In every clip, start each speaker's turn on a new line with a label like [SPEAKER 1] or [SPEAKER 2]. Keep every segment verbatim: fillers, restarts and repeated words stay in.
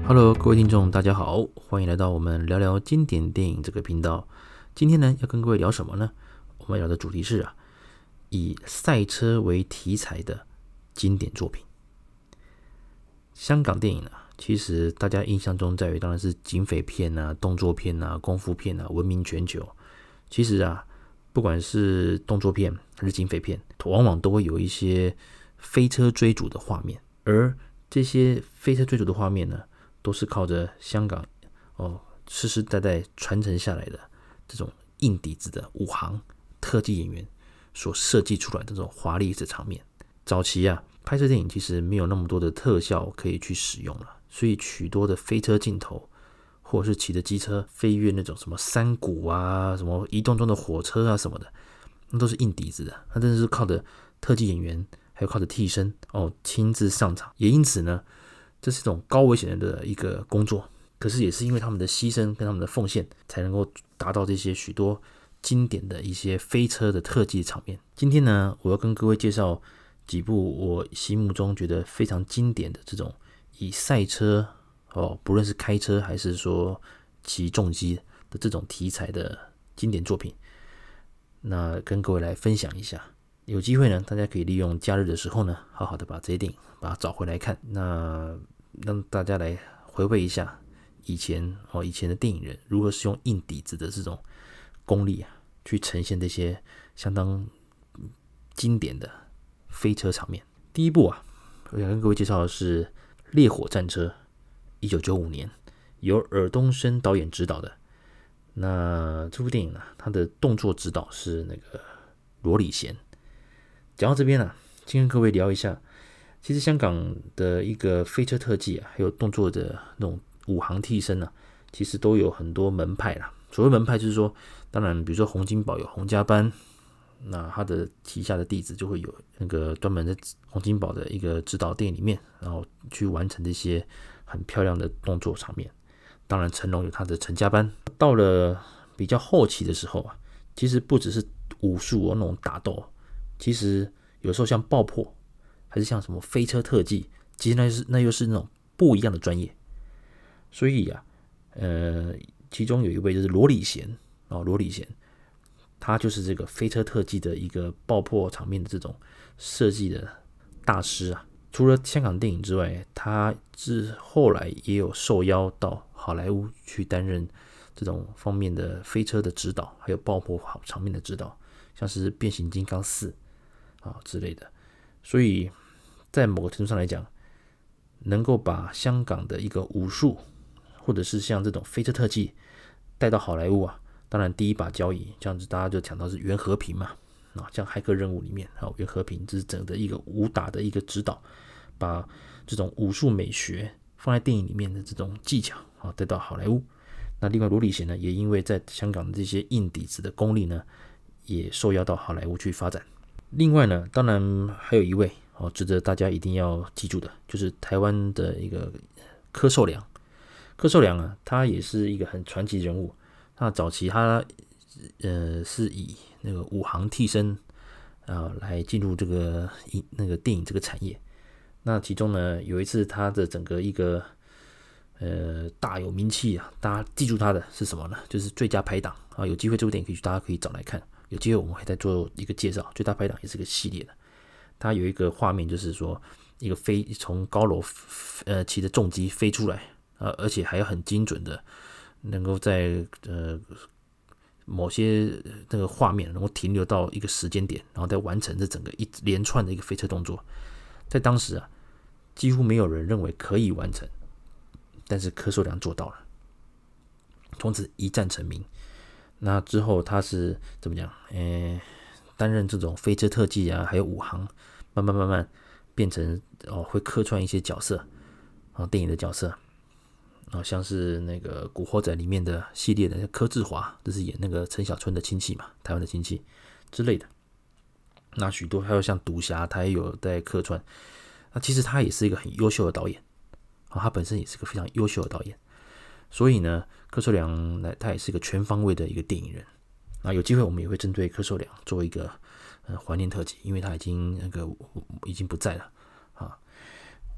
[SPEAKER 1] Hello，各位听众，大家好，欢迎来到我们聊聊经典电影这个频道。今天呢，要跟各位聊什么呢？我们聊的主题是啊，以赛车为题材的经典作品。香港电影啊，其实大家印象中在于当然是警匪片啊、动作片啊、功夫片啊，闻名全球。其实啊，不管是动作片还是警匪片，往往都会有一些飞车追逐的画面，而这些飞车追逐的画面呢，都是靠着香港哦世世代代传承下来的这种硬底子的武行特技演员所设计出来的这种华丽的场面。早期啊，拍摄电影其实没有那么多的特效可以去使用了，所以许多的飞车镜头，或者是骑着机车飞越那种什么山谷啊、什么移动中的火车啊什么的，那都是硬底子的，那真的是靠着特技演员还有靠着替身哦亲自上场。也因此呢，这是一种高危险的一个工作，可是也是因为他们的牺牲跟他们的奉献，才能够达到这些许多经典的一些飞车的特技场面。今天呢，我要跟各位介绍几部我心目中觉得非常经典的这种以赛车哦，不论是开车还是说骑重机的这种题材的经典作品，那跟各位来分享一下。有机会呢，大家可以利用假日的时候呢，好好的把这些电影把它找回来看，那让大家来回味一下以前哦以前的电影人如何是用硬底子的这种功力啊，去呈现这些相当经典的飞车场面。第一部啊，我想跟各位介绍的是《烈火战车》，一九九五年由尔冬升导演执导的。那这部电影呢，它的动作指导是那个罗礼贤。讲到这边啊，先跟各位聊一下，其实香港的一个飞车特技啊，还有动作的那种武行替身啊，其实都有很多门派啦。所谓门派就是说，当然比如说洪金宝有洪家班，那他的旗下的弟子就会有那个专门在洪金宝的一个指导电影里面，然后去完成这些很漂亮的动作场面。当然成龙有他的陈家班。到了比较后期的时候啊，其实不只是武术哦那种打斗，其实有时候像爆破，还是像什么飞车特技，其实那是那又是那种不一样的专业。所以啊，呃，其中有一位就是罗礼贤哦，罗礼贤，他就是这个飞车特技的一个爆破场面的这种设计的大师啊。除了香港电影之外，他之后来也有受邀到好莱坞去担任这种方面的飞车的指导，还有爆破场面的指导，像是变形金刚四啊之类的。所以在某个程度上来讲，能够把香港的一个武术，或者是像这种飞车特技带到好莱坞啊，当然第一把交椅，这样子大家就讲到是袁和平嘛，啊，像骇客任务里面，啊，袁和平这是整个一个武打的一个指导，把这种武术美学放在电影里面的这种技巧啊带到好莱坞。那另外罗礼贤呢，也因为在香港的这些硬底子的功力呢，也受邀到好莱坞去发展。另外呢，当然还有一位哦，值得大家一定要记住的，就是台湾的一个柯受良。柯受良啊，他也是一个很传奇人物。那早期他呃是以那个武行替身啊来进入这个那个电影这个产业。那其中呢，有一次他的整个一个呃大有名气啊，大家记住他的是什么呢？就是最佳拍档啊。有机会这部电影可以大家可以找来看，有机会我们会再做一个介绍。最佳拍档也是个系列的，它有一个画面就是说一个飞从高楼呃骑着重机飞出来啊，而且还有很精准的能够在呃某些那个画面能够停留到一个时间点，然后再完成这整个一连串的一个飞车动作。在当时啊，几乎没有人认为可以完成，但是柯受良做到了，从此一战成名。那之后他是怎么讲？呃，担任这种飞车特技啊，还有武行，慢慢慢慢变成哦会客串一些角色啊，电影的角色。啊，像是那个《古惑仔》里面的系列的柯志华，这是演那个陈小春的亲戚嘛，台湾的亲戚之类的。那许多还有像赌侠，他也有在客串。那其实他也是一个很优秀的导演，啊，他本身也是个非常优秀的导演。所以呢，柯受良他也是一个全方位的一个电影人。那有机会我们也会针对柯受良做一个呃怀念特辑，因为他已经那个已经不在了啊。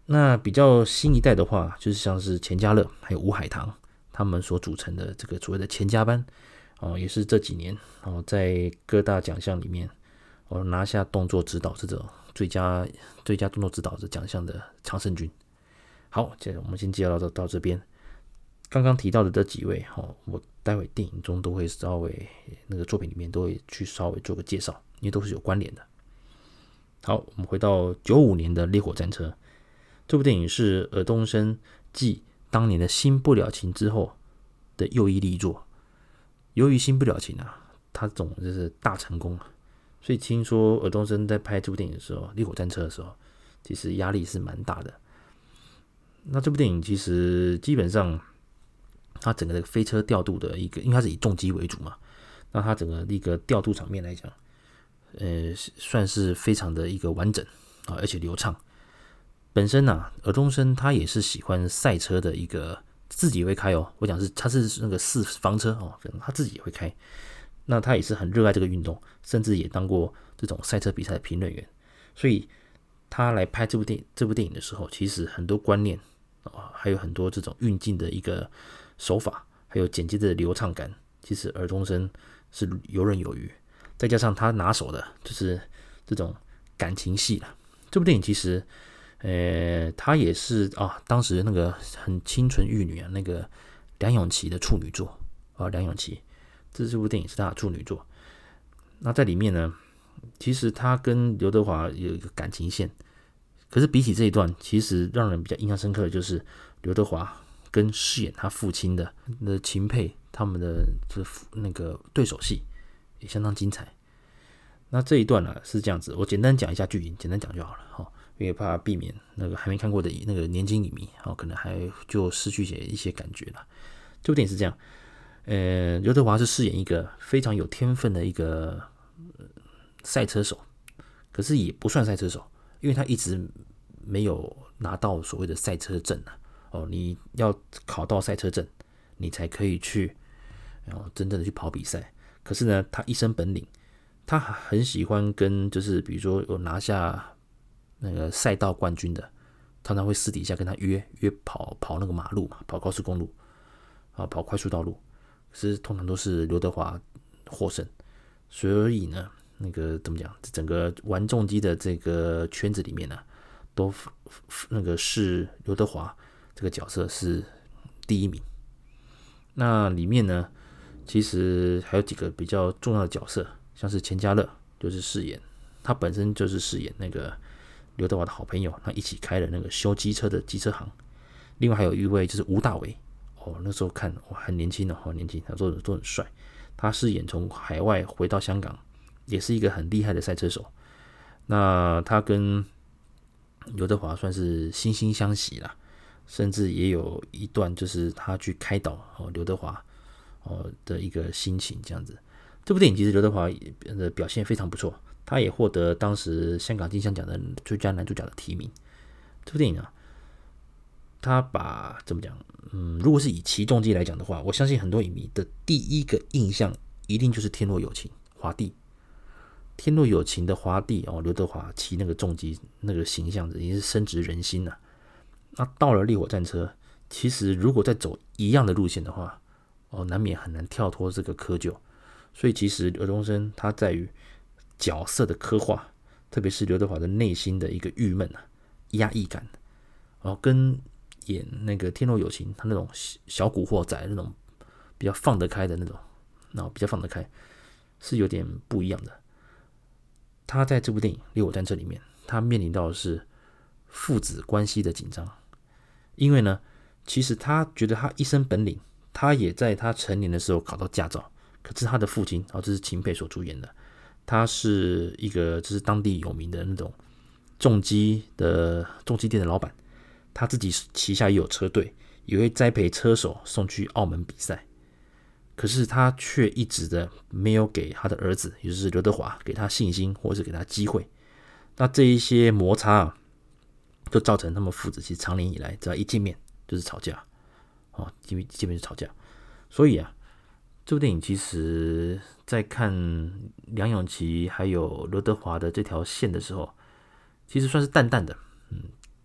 [SPEAKER 1] 那比较新一代的话，就是像是钱嘉乐还有吴海棠他们所组成的这个所谓的钱家班哦，也是这几年哦在各大奖项里面哦拿下动作指导这种最佳最佳动作指导的奖项的常胜军。好，接着我们先介绍到到这边。刚刚提到的这几位哦，我待会电影中都会稍微那个作品里面都会去稍微做个介绍，因为都是有关联的。好，我们回到九五年的《烈火战车》。这部电影是尔冬升继当年的《新不了情》之后的又一力作。由于《新不了情》啊，它这种就是大成功，所以听说尔冬升在拍这部电影的时候，《烈火战车》的时候，其实压力是蛮大的。那这部电影其实基本上，它整个的飞车调度的一个，因为它是以重机为主嘛，那它整个一个调度场面来讲，呃，算是非常的一个完整啊，而且流畅。本身啊，尔冬升他也是喜欢赛车的一个，自己也会开哦。我讲是他是那个四房车哦，他自己也会开。那他也是很热爱这个运动，甚至也当过这种赛车比赛的评论员。所以他来拍这部电影这部电影的时候，其实很多观念啊，还有很多这种运镜的一个手法，还有剪接的流畅感，其实尔冬升是游刃有余。再加上他拿手的就是这种感情戏了。这部电影其实。呃，她也是啊，当时那个很清纯玉女啊，那个梁咏琪的处女作啊，梁咏琪，这这部电影是她的处女作。那在里面呢，其实她跟刘德华有一个感情线，可是比起这一段，其实让人比较印象深刻的就是刘德华跟饰演他父亲的的秦沛他们的这那个对手戏也相当精彩。那这一段呢、啊、是这样子，我简单讲一下剧情，简单讲就好了哈。因为怕避免那个还没看过的那个年轻影迷哦，可能还就失去一些感觉了。这部电影是这样，呃，刘德华是饰演一个非常有天分的一个赛车手，可是也不算赛车手，因为他一直没有拿到所谓的赛车证啊。哦，你要考到赛车证，你才可以去，然后真正的去跑比赛。可是呢，他一身本领，他很喜欢跟就是比如说有拿下。那个赛道冠军的，常常会私底下跟他约约跑跑那个马路嘛，跑高速公路啊，跑快速道路。可是通常都是刘德华获胜，所以呢，那个怎么讲，整个玩重机的这个圈子里面呢、啊，都那个是刘德华这个角色是第一名。那里面呢，其实还有几个比较重要的角色，像是钱嘉乐，就是饰演他本身就是饰演那个。刘德华的好朋友，他一起开了那个修机车的机车行。另外还有一位就是吴大维，哦，那时候看哇很年轻哦，很年轻，他做的都很帅。他饰演从海外回到香港，也是一个很厉害的赛车手。那他跟刘德华算是惺惺相惜啦，甚至也有一段就是他去开导哦刘德华哦的一个心情这样子。这部电影其实刘德华的表现非常不错。他也获得当时香港金像奖的最佳男主角的提名。这部电影啊，他把怎么讲？嗯，如果是以骑重机来讲的话，我相信很多影迷的第一个印象一定就是《天若有情》华帝。《天若有情》的华帝哦，刘德华骑那个重机那个形象已经是深植人心了。那到了《烈火战车》，其实如果再走一样的路线的话，哦，难免很难跳脱这个窠臼。所以其实尔冬升他在于。角色的刻画，特别是刘德华的内心的一个郁闷啊、压抑感，然后跟演那个《天若有情》他那种小古惑仔那种比较放得开的那种，然后比较放得开，是有点不一样的。他在这部电影《烈火战车》里面，他面临到的是父子关系的紧张，因为呢，其实他觉得他一身本领，他也在他成年的时候考到驾照，可是他的父亲，哦，这是秦沛所主演的。他是一个就是当地有名的那种重机的重机店的老板，他自己旗下也有车队，也会栽培车手送去澳门比赛。可是他却一直的没有给他的儿子，也就是刘德华，给他信心或是给他机会。那这一些摩擦啊，就造成他们父子其实长年以来只要一见面就是吵架，哦，见面见面就吵架。所以啊，这部电影其实在看梁咏琪还有刘德华的这条线的时候，其实算是淡淡的，嗯，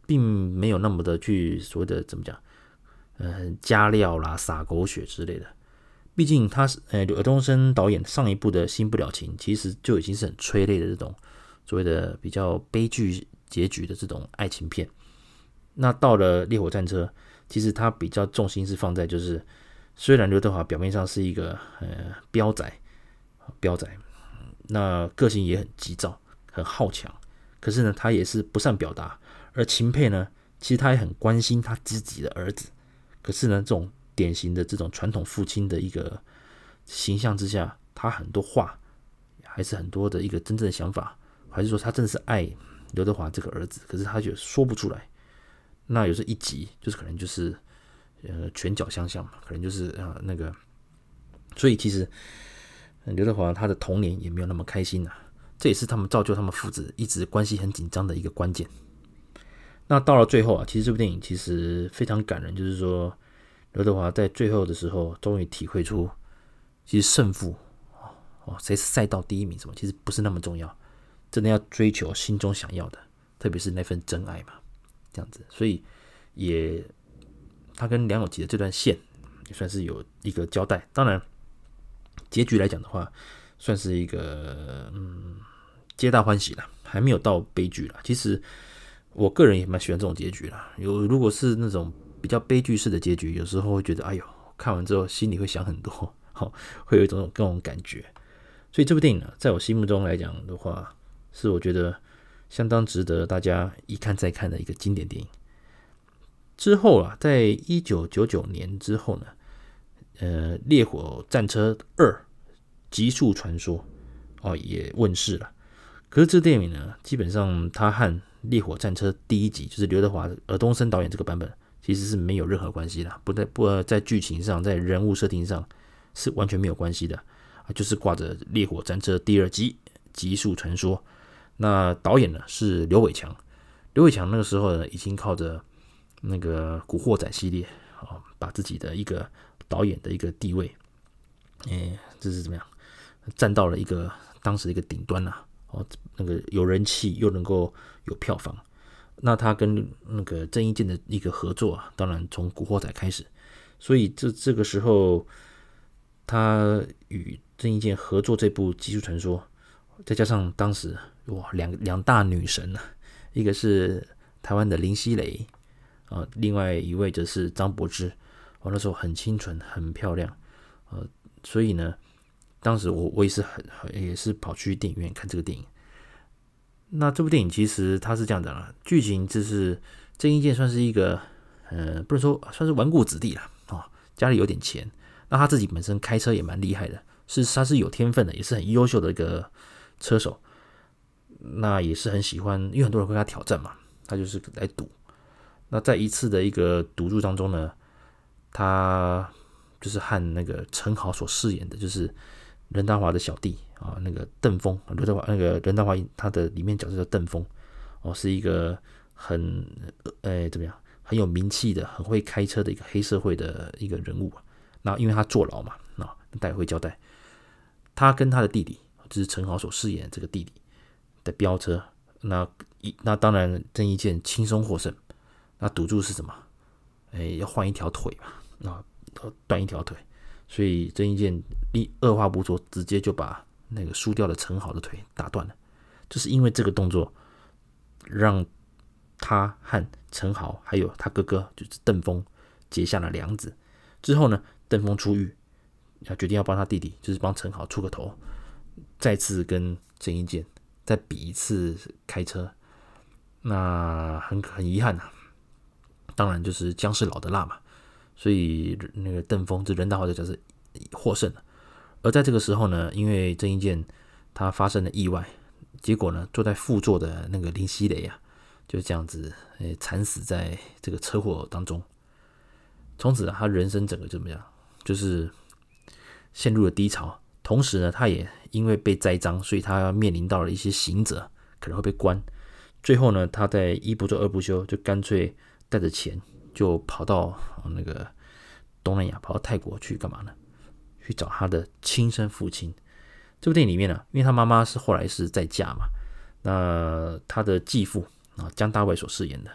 [SPEAKER 1] 并没有那么的去所谓的怎么讲，呃，加料啦、撒狗血之类的。毕竟他是呃尔冬升导演上一部的《新不了情》，其实就已经是很催泪的这种所谓的比较悲剧结局的这种爱情片。那到了《烈火战车》，其实他比较重心是放在就是，虽然刘德华表面上是一个呃彪仔，彪仔，那个性也很急躁、很好强，可是呢，他也是不善表达。而秦沛呢，其实他也很关心他自己的儿子，可是呢，这种典型的这种传统父亲的一个形象之下，他很多话还是很多的一个真正的想法，还是说他真的是爱刘德华这个儿子，可是他就说不出来。那有时候一急就是可能就是呃拳脚相向嘛，可能就是呃那个，所以其实刘德华他的童年也没有那么开心啊，这也是他们造就他们父子一直关系很紧张的一个关键。那到了最后啊，其实这部电影其实非常感人，就是说刘德华在最后的时候终于体会出，其实胜负哦，谁是赛道第一名什么，其实不是那么重要，真的要追求心中想要的，特别是那份真爱嘛，这样子。所以也他跟梁咏琪的这段线也算是有一个交代。当然，结局来讲的话，算是一个嗯皆大欢喜啦，还没有到悲剧啦。其实我个人也蛮喜欢这种结局啦。有如果是那种比较悲剧式的结局，有时候会觉得，哎呦，看完之后心里会想很多，会有一种各种感觉。所以这部电影呢，在我心目中来讲的话，是我觉得相当值得大家一看再看的一个经典电影。之后啊，在一九九九年之后呢，呃，《烈火战车二：极速传说》哦也问世了。可是这部电影呢，基本上它和《烈火战车》第一集，就是刘德华、尔冬升导演这个版本，其实是没有任何关系的，不在不在剧情上，在人物设定上是完全没有关系的啊，就是挂着《烈火战车》第二集《极速传说》。那导演呢是刘伟强，刘伟强那个时候呢已经靠着那个《古惑仔》系列啊，把自己的一个导演的一个地位，哎，这是怎么样，站到了一个当时的一个顶端啦、啊。哦，那个有人气又能够有票房，那他跟那个郑伊健的一个合作啊，当然从《古惑仔》开始，所以这这个时候他与郑伊健合作这部《极速传说》，再加上当时哇两两大女神啊，一个是台湾的林熙蕾啊，另外一位则是张柏芝，哦那时候很清纯很漂亮，呃，所以呢。当时我我也是很也是跑去电影院看这个电影。那这部电影其实它是这样的啦，剧情就是郑伊健算是一个呃不能说算是纨绔子弟啦，哦，家里有点钱，那他自己本身开车也蛮厉害的，是他是有天分的，也是很优秀的一个车手。那也是很喜欢，因为很多人会跟他挑战嘛，他就是来赌。那在一次的一个赌注当中呢，他就是和那个陈豪所饰演的就是任达华的小弟啊，那个邓峰，刘德华那个任达华他的里面角色叫邓峰，哦，是一个很呃怎么样很有名气的、很会开车的一个黑社会的一个人物。那因为他坐牢嘛，那待会会交代，他跟他的弟弟，就是陈豪所饰演的这个弟弟的飙车，那那当然郑伊健轻松获胜。那赌注是什么？哎，要换一条腿嘛，那断一条腿。所以郑伊健二话不说，直接就把那个输掉的陈豪的腿打断了。就是因为这个动作，让他和陈豪还有他哥哥就是邓峰结下了梁子。之后呢，邓峰出狱，他决定要帮他弟弟，就是帮陈豪出个头，再次跟郑伊健再比一次开车。那很很遗憾啊，当然就是姜是老的辣嘛。所以那个邓峰这任达华的角色获胜了。而在这个时候呢，因为郑伊健他发生了意外，结果呢，坐在副座的那个林熙蕾啊，就这样子诶惨死在这个车祸当中。从此啊，他人生整个就怎么样，就是陷入了低潮。同时呢，他也因为被栽赃，所以他面临到了一些刑责，可能会被关。最后呢，他在一不做二不休，就干脆带着钱就跑到那个东南亚，跑到泰国去干嘛呢？去找他的亲生父亲。这部电影里面呢、啊，因为他妈妈是后来是再嫁嘛，那他的继父啊江大卫所饰演的，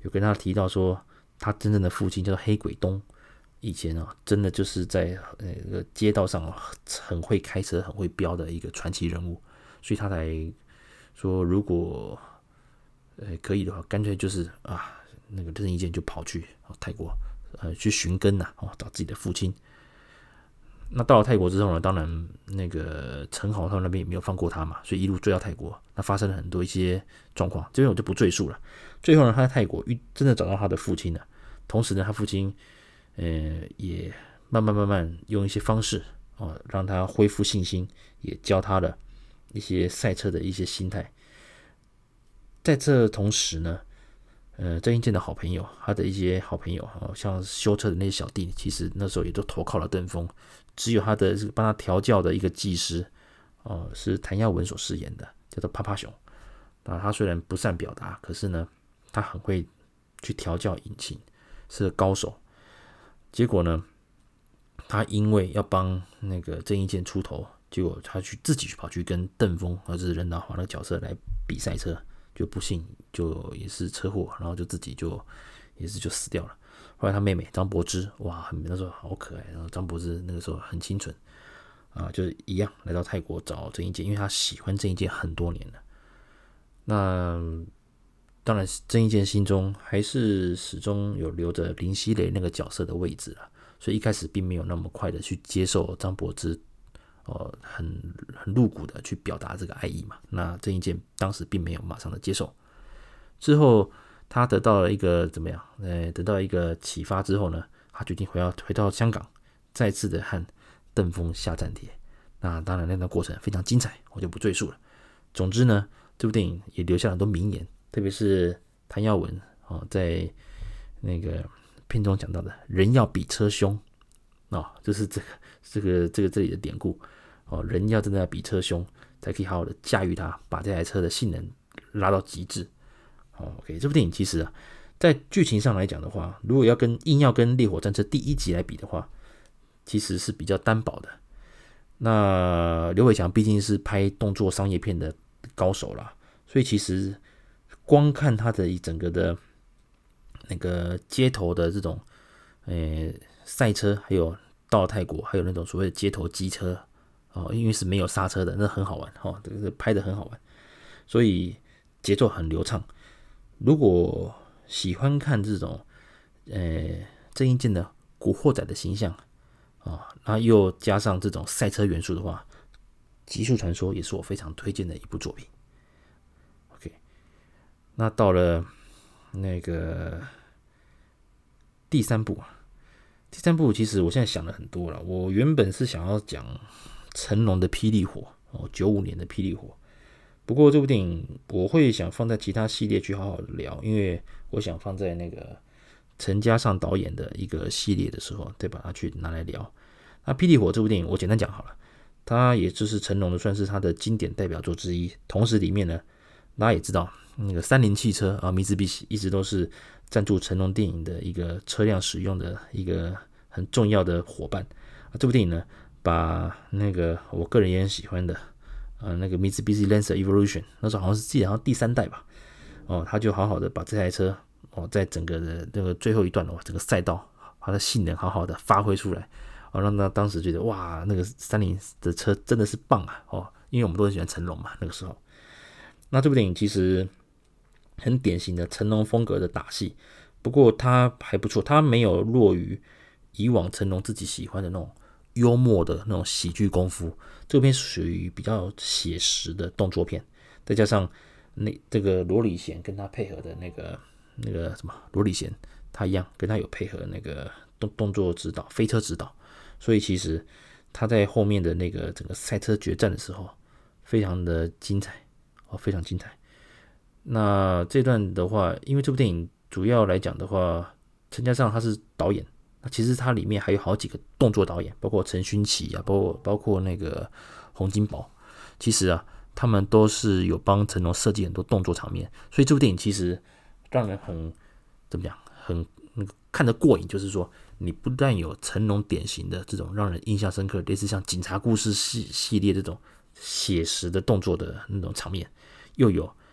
[SPEAKER 1] 有跟他提到说，他真正的父亲叫做黑鬼东，以前啊，真的就是在那个街道上很会开车、很会飙的一个传奇人物，所以他才说，如果呃可以的话，干脆就是啊，那个郑伊健就跑去、哦、泰国呃去寻根呐、啊，哦，找自己的父亲。那到了泰国之后呢，当然那个陈豪他们那边也没有放过他嘛，所以一路追到泰国，那发生了很多一些状况，这边我就不赘述了。最后呢，他在泰国真的找到他的父亲了，同时呢，他父亲呃也慢慢慢慢用一些方式哦，让他恢复信心，也教他了一些赛车的一些心态。在这同时呢，呃，郑伊健的好朋友，他的一些好朋友，哦，像修车的那些小弟，其实那时候也都投靠了邓峰。只有他的帮他调教的一个技师，哦，是谭耀文所饰演的，叫做趴趴熊。那他虽然不善表达，可是呢，他很会去调教引擎，是个高手。结果呢，他因为要帮那个郑伊健出头，结果他去自己去跑去跟邓峰，或者是任达华那个角色来比赛车，就不幸就也是车祸，然后就自己就也是就死掉了。后来他妹妹张柏芝，哇，那时候好可爱。然后张柏芝那个时候很清纯啊，就是一样来到泰国找郑伊健，因为他喜欢郑伊健很多年了。那当然，郑伊健心中还是始终有留着林熙蕾那个角色的位置了，所以一开始并没有那么快的去接受张柏芝，呃，很很露骨的去表达这个爱意嘛。那郑伊健当时并没有马上的接受，之后。他得到了一个怎么样？呃，得到一个启发之后呢，他决定回到回到香港，再次的和邓峰下战帖。那当然，那段过程非常精彩，我就不赘述了。总之呢，这部电影也留下了很多名言，特别是谭耀文哦，在那个片中讲到的“人要比车凶”哦，就是这个这个这个这里的典故哦，人要真的要比车凶，才可以好好的驾驭它，把这台车的性能拉到极致。哦 ，OK， 这部电影其实啊，在剧情上来讲的话，如果要跟硬要跟《烈火战车》第一集来比的话，其实是比较单薄的。那刘伟强毕竟是拍动作商业片的高手啦，所以其实光看他的一整个的那个街头的这种呃赛车，还有到泰国还有那种所谓的街头机车哦，因为是没有刹车的，那很好玩哦，这个拍的很好玩，所以节奏很流畅。如果喜欢看这种呃郑伊健的古惑仔的形象啊，然后又加上这种赛车元素的话，《极速传说》也是我非常推荐的一部作品。OK， 那到了那个第三部，第三部其实我现在想了很多了。我原本是想要讲成龙的《霹雳火》哦，九五年的《霹雳火》。不过这部电影我会想放在其他系列去好好的聊，因为我想放在那个陈嘉上导演的一个系列的时候，再把它去拿来聊。那《霹雳火》这部电影我简单讲好了，它也就是成龙的算是他的经典代表作之一。同时里面呢，大家也知道那个三菱汽车啊，米兹必喜一直都是赞助成龙电影的一个车辆使用的一个很重要的伙伴。啊、这部电影呢，把那个我个人也很喜欢的。呃，那个 Mitsubishi Lancer Evolution 那时候好像是记得好像第三代吧，哦，他就好好的把这台车哦，在整个的那个最后一段哦，整个赛道它的性能好好的发挥出来，哦，让他当时觉得哇，那个三菱的车真的是棒啊，哦，因为我们都很喜欢成龙嘛，那个时候。那这部电影其实很典型的成龙风格的打戏，不过它还不错，它没有落于以往成龙自己喜欢的那种幽默的那种喜剧功夫。这片属于比较写实的动作片，再加上那这个罗礼贤跟他配合的那个那个什么罗礼贤，他一样跟他有配合那个动动作指导、飞车指导，所以其实他在后面的那个整个赛车决战的时候，非常的精彩哦，非常精彩。那这段的话，因为这部电影主要来讲的话，陈嘉上他是导演。其实它里面还有好几个动作导演，包括陈勋奇啊，包括包括那个洪金宝。其实啊，他们都是有帮成龙设计很多动作场面，所以这部电影其实让人很怎么样，很看得过瘾。就是说，你不但有成龙典型的这种让人印象深刻，类似像警察故事系系列这种写实的动作的那种场面，又有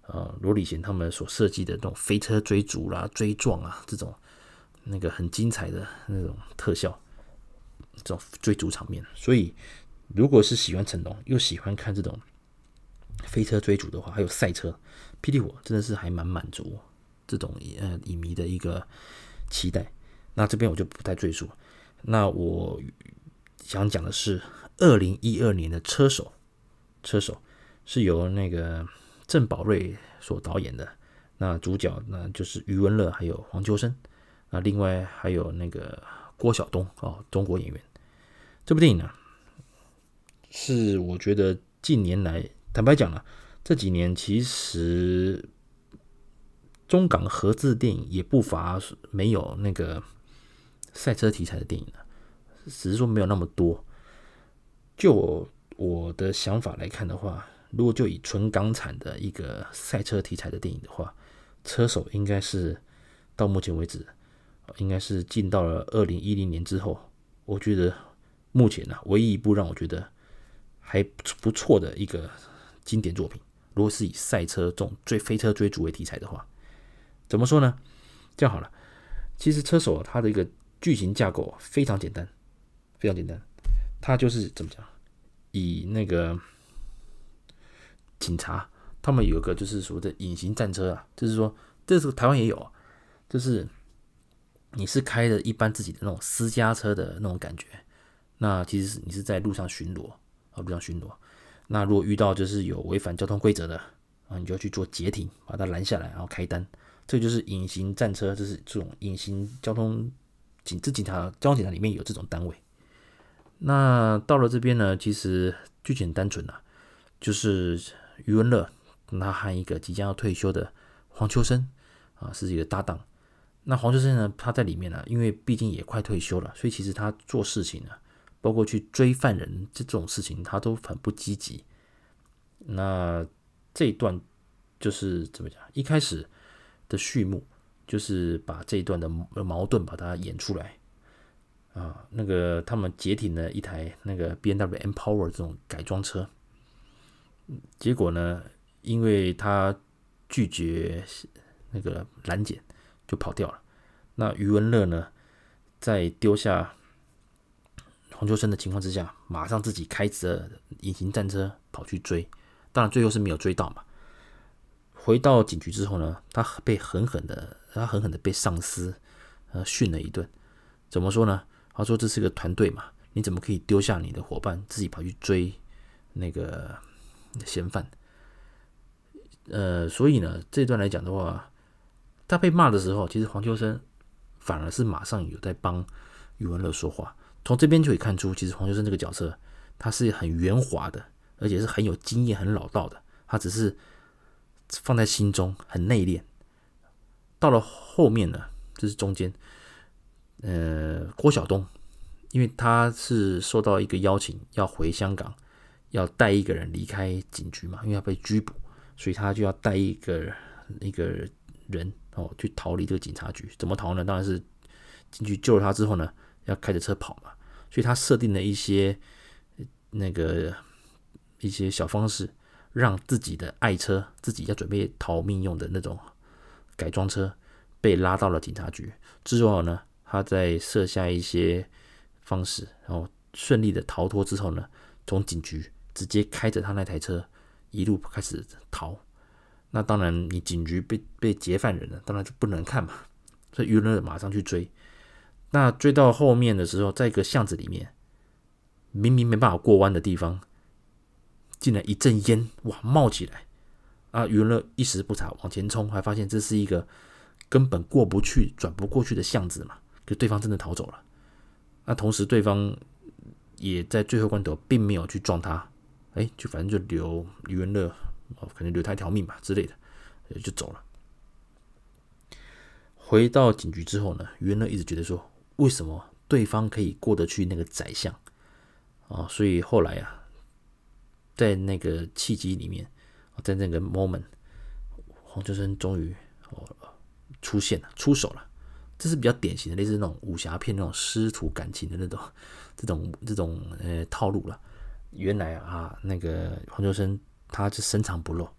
[SPEAKER 1] 呃罗礼贤他们所设计的那种飞车追逐啦、追撞啊这种那个很精彩的那种特效，这种追逐场面。所以如果是喜欢成龙又喜欢看这种飞车追逐的话，还有赛车，霹雳火真的是还蛮满足这种呃影迷的一个期待。那这边我就不太赘述。那我想讲的是二零一二年的车手，车手是由那个郑宝瑞所导演的。那主角呢就是余文乐还有黄秋生，那另外还有那个郭晓东哦，中国演员。这部电影呢，是我觉得近年来，坦白讲了，这几年其实中港合资电影也不乏没有那个赛车题材的电影了，只是说没有那么多。就我的想法来看的话，如果就以纯港产的一个赛车题材的电影的话，车手应该是到目前为止，应该是进到了二零一零年之后，我觉得目前呢、啊，唯一一部让我觉得还不错的一个经典作品。如果是以赛车这种追飞车追逐为题材的话，怎么说呢？这样好了，其实车手它的一个剧情架构非常简单，非常简单。它就是怎么讲？以那个警察他们有一个就是所谓的隐形战车啊，就是说这是台湾也有啊，就是你是开的一般自己的那种私家车的那种感觉，那其实你是在路上巡逻啊，路上巡逻。那如果遇到就是有违反交通规则的啊，你就要去做截停，把它拦下来，然后开单。这就是隐形战车，这是这种隐形交通警，这警察交通警察里面有这种单位。那到了这边呢，其实剧情很单纯啊，就是余文乐他和一个即将要退休的黄秋生啊是一个搭档。那黄秋生呢，他在里面呢、啊，因为毕竟也快退休了，所以其实他做事情呢、啊，包括去追犯人这种事情，他都很不积极。那这一段就是怎么讲？一开始的序幕就是把这一段的矛盾把它演出来。啊，那个他们截停了一台那个 B M W M-Power 这种改装车，结果呢，因为他拒绝那个拦检，就跑掉了。那余文乐呢，在丢下黄秋生的情况之下，马上自己开着隐形战车跑去追，当然最后是没有追到嘛。回到警局之后呢，他被狠狠的，他狠狠的被上司呃训了一顿。怎么说呢？他说这是个团队嘛，你怎么可以丢下你的伙伴自己跑去追那个嫌犯？呃，所以呢，这段来讲的话，他被骂的时候，其实黄秋生反而是马上有在帮余文乐说话。从这边就可以看出，其实黄秋生这个角色他是很圆滑的，而且是很有经验、很老道的。他只是放在心中，很内敛。到了后面呢，就是中间。呃，郭晓东，因为他是受到一个邀请，要回香港，要带一个人离开警局嘛，因为他被拘捕，所以他就要带一个一个人哦去逃离这个警察局。怎么逃呢？当然是进去救了他之后呢，要开着车跑嘛。所以他设定了一些那个一些小方式，让自己的爱车，自己要准备逃命用的那种改装车，被拉到了警察局之后呢。他在设下一些方式，然后顺利的逃脱之后呢，从警局直接开着他那台车一路开始逃。那当然，你警局被被劫犯人了，当然就不能看嘛，所以余文乐马上去追。那追到后面的时候，在一个巷子里面，明明没办法过弯的地方，竟然一阵烟哇冒起来啊！余文乐一时不察，往前冲，还发现这是一个根本过不去、转不过去的巷子嘛。就对方真的逃走了，那同时对方也在最后关头并没有去撞他，哎，就反正就留余文乐，可能留他一条命吧之类的，就走了。回到警局之后呢，余文乐一直觉得说，为什么对方可以过得去那个窄巷啊？所以后来啊，在那个契机里面，在那个 moment， 黄秋生终于出现了，出手了。这是比较典型的，类似那种武侠片那种师徒感情的那种这种这种呃套路了。原来啊，那个黄秋生他就深藏不露，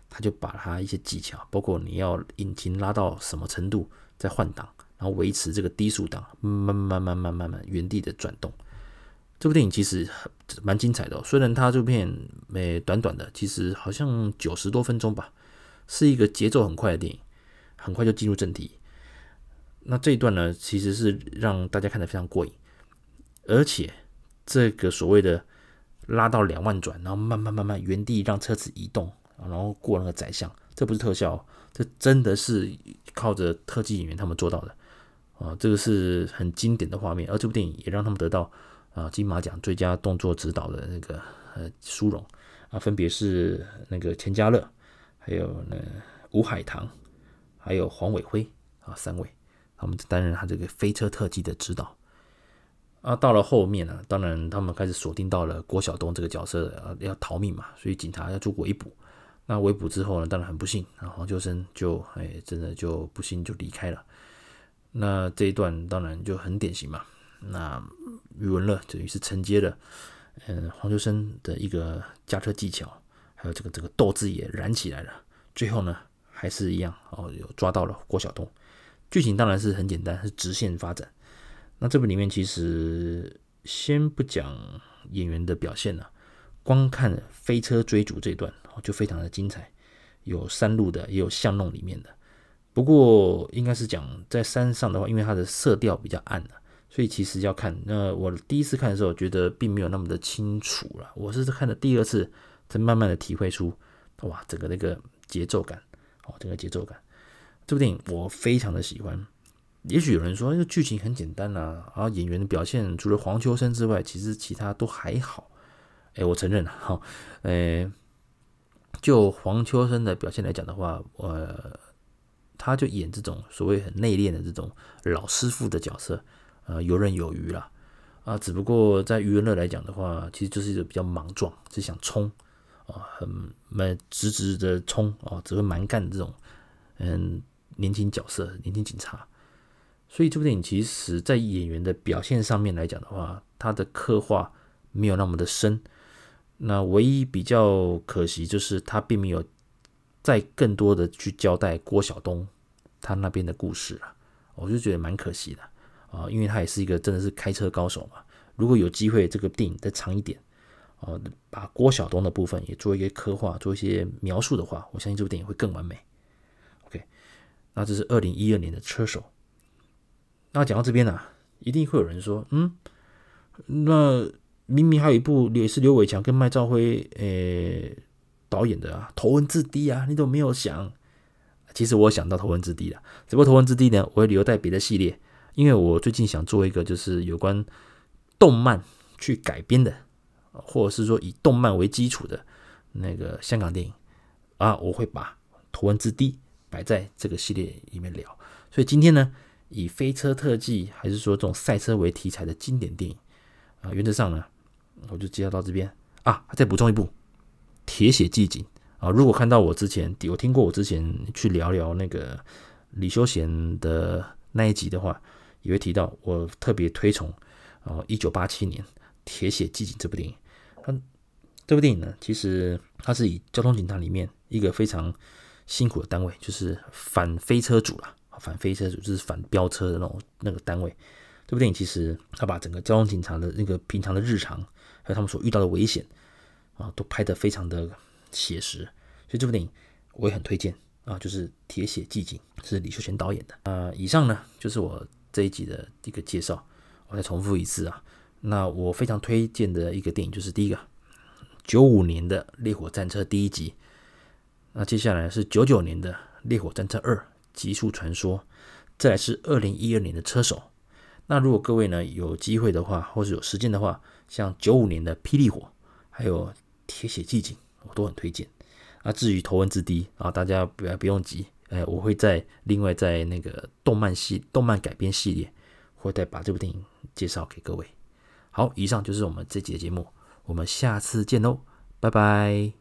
[SPEAKER 1] 他就把他一些技巧，包括你要引擎拉到什么程度再换挡，然后维持这个低速档，慢慢慢慢慢慢原地的转动。这部电影其实蛮精彩的、哦，虽然它这片诶短短的，其实好像九十多分钟吧，是一个节奏很快的电影，很快就进入正题。那这一段呢，其实是让大家看得非常过瘾，而且这个所谓的拉到两万转，然后慢慢慢慢原地让车子移动，然后过那个窄巷，这不是特效、哦，这真的是靠着特技演员他们做到的啊，这个是很经典的画面，而这部电影也让他们得到啊金马奖最佳动作指导的那个呃殊荣啊，分别是那个钱嘉乐，还有呢吴海棠，还有黄伟辉啊三位，他们担任他这个飞车特技的指导。啊，到了后面呢、啊，当然他们开始锁定到了郭晓东这个角色、啊、要逃命嘛，所以警察要做围捕。那围捕之后呢，当然很不幸，然后黄秋生就哎真的就不幸就离开了。那这一段当然就很典型嘛。那余文乐等于是承接了嗯黄秋生的一个驾车技巧，还有这个这个斗志也燃起来了。最后呢，还是一样哦，有抓到了郭晓东。剧情当然是很简单，是直线发展。那这部里面其实先不讲演员的表现了、啊，光看飞车追逐这一段就非常的精彩，有山路的，也有巷弄里面的。不过应该是讲在山上的话，因为它的色调比较暗了、啊，所以其实要看。那我第一次看的时候，觉得并没有那么的清楚了。我是看了第二次，才慢慢的体会出，哇，整个那个节奏感，哦，整个节奏感。这部电影我非常的喜欢。也许有人说，这个剧情很简单啊，然后演员的表现除了黄秋生之外，其实其他都还好。哎，我承认啊，哈，哎，就黄秋生的表现来讲的话，呃，他就演这种所谓很内敛的这种老师傅的角色，呃，游刃有余啦。啊，只不过在余文乐来讲的话，其实就是一个比较莽撞，是想冲啊，很直直的冲啊，只会蛮干的这种，嗯，年轻角色，年轻警察。所以这部电影其实在演员的表现上面来讲的话，他的刻画没有那么的深。那唯一比较可惜就是他并没有再更多的去交代郭晓东他那边的故事了，我就觉得蛮可惜的啊，因为他也是一个真的是开车高手嘛。如果有机会这个电影再长一点，啊，把郭晓东的部分也做一些刻画，做一些描述的话，我相信这部电影会更完美。OK， 那这是二零一二年的车手。那讲到这边呢、啊，一定会有人说，嗯，那明明还有一部也是刘伟强跟麦兆辉诶导演的啊，《头文字 D》啊，你怎么没有想？其实我有想到《头文字 D》了，只不过《头文字 D》呢，我会留在别的系列，因为我最近想做一个就是有关动漫去改编的，或者是说以动漫为基础的那个香港电影啊，我会把《头文字 D》摆在这个系列里面聊。所以今天呢，以飞车特技还是说这种赛车为题材的经典电影啊，原则上呢，我就介绍到这边啊。再补充一部《铁血寂景》啊，如果看到我之前有听过我之前去聊聊那个李修贤的那一集的话，也会提到我特别推崇啊一九八七年《铁血寂景》这部电影。它这部电影呢，其实它是以交通警察里面一个非常辛苦的单位，就是反飞车组啦。反飞车组就是反飙车的那种那个单位。这部电影其实他把整个交通警察的那个平常的日常，还有他们所遇到的危险啊，都拍得非常的写实。所以这部电影我也很推荐啊，就是《铁血寂景》，是李修贤导演的。啊，以上呢就是我这一集的一个介绍。我再重复一次啊，那我非常推荐的一个电影就是第一个九五年的《烈火战车》第一集，那接下来是九九年的《烈火战车二》。极速传说，再来是二零一二年的车手。那如果各位呢有机会的话，或是有时间的话，像九五年的霹雳火，还有铁血寂景，我都很推荐。啊，至于头文字 D 啊，大家不要不用急，哎，我会在另外在那个动漫系动漫改编系列，会再把这部电影介绍给各位。好，以上就是我们这集的节目，我们下次见喽，拜拜。